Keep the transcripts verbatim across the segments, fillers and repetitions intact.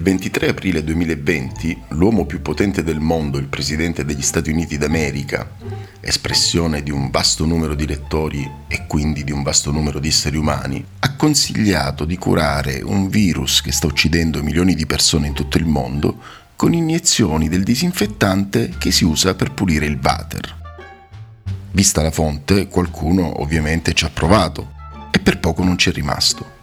Il ventitré aprile duemilaventi, l'uomo più potente del mondo, il presidente degli Stati Uniti d'America, espressione di un vasto numero di elettori e quindi di un vasto numero di esseri umani, ha consigliato di curare un virus che sta uccidendo milioni di persone in tutto il mondo con iniezioni del disinfettante che si usa per pulire il water. Vista la fonte, qualcuno ovviamente ci ha provato e per poco non ci è rimasto.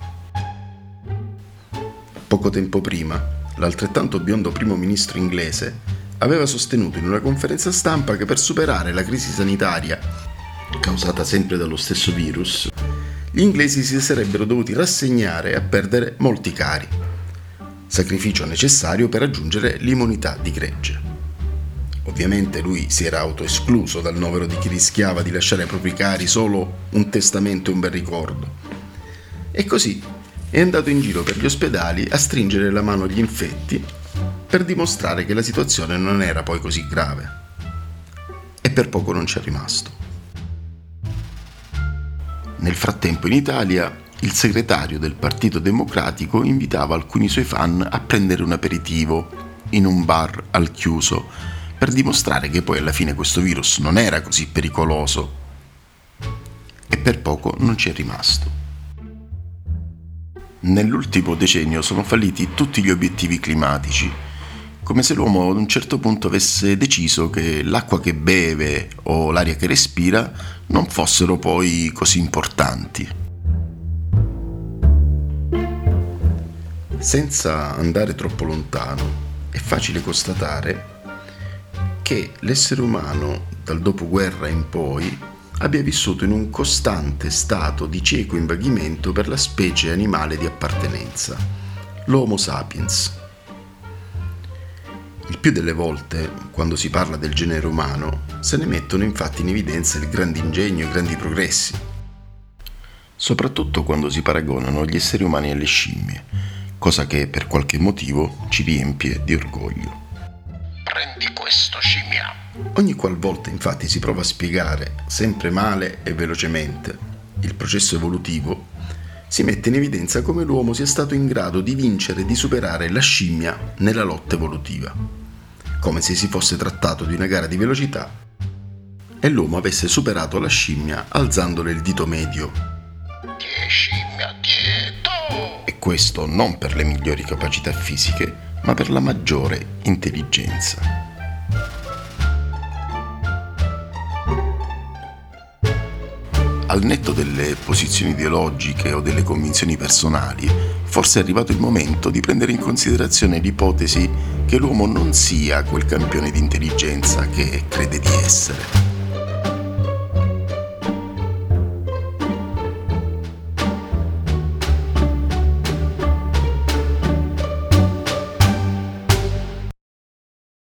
Poco tempo prima, l'altrettanto biondo primo ministro inglese aveva sostenuto in una conferenza stampa che per superare la crisi sanitaria, causata sempre dallo stesso virus, gli inglesi si sarebbero dovuti rassegnare a perdere molti cari, sacrificio necessario per raggiungere l'immunità di gregge. Ovviamente lui si era autoescluso dal novero di chi rischiava di lasciare ai propri cari solo un testamento e un bel ricordo. E così è andato in giro per gli ospedali a stringere la mano agli infetti per dimostrare che la situazione non era poi così grave. E per poco non ci è rimasto. Nel frattempo in Italia il segretario del Partito Democratico invitava alcuni suoi fan a prendere un aperitivo in un bar al chiuso per dimostrare che poi alla fine questo virus non era così pericoloso. E per poco non ci è rimasto. Nell'ultimo decennio sono falliti tutti gli obiettivi climatici, come se l'uomo ad un certo punto avesse deciso che l'acqua che beve o l'aria che respira non fossero poi così importanti. Senza andare troppo lontano, è facile constatare che l'essere umano dal dopoguerra in poi abbia vissuto in un costante stato di cieco invaghimento per la specie animale di appartenenza, l'Homo sapiens. Il più delle volte, quando si parla del genere umano, se ne mettono infatti in evidenza il grande ingegno e i grandi progressi, soprattutto quando si paragonano gli esseri umani alle scimmie, cosa che per qualche motivo ci riempie di orgoglio. Prendi questo, scimmia! Ogni qualvolta infatti si prova a spiegare, sempre male e velocemente, il processo evolutivo, si mette in evidenza come l'uomo sia stato in grado di vincere e di superare la scimmia nella lotta evolutiva, come se si fosse trattato di una gara di velocità e l'uomo avesse superato la scimmia alzandole il dito medio. Tie scimmia, tieto! E questo non per le migliori capacità fisiche, ma per la maggiore intelligenza. Al netto delle posizioni ideologiche o delle convinzioni personali, forse è arrivato il momento di prendere in considerazione l'ipotesi che l'uomo non sia quel campione di intelligenza che crede di essere.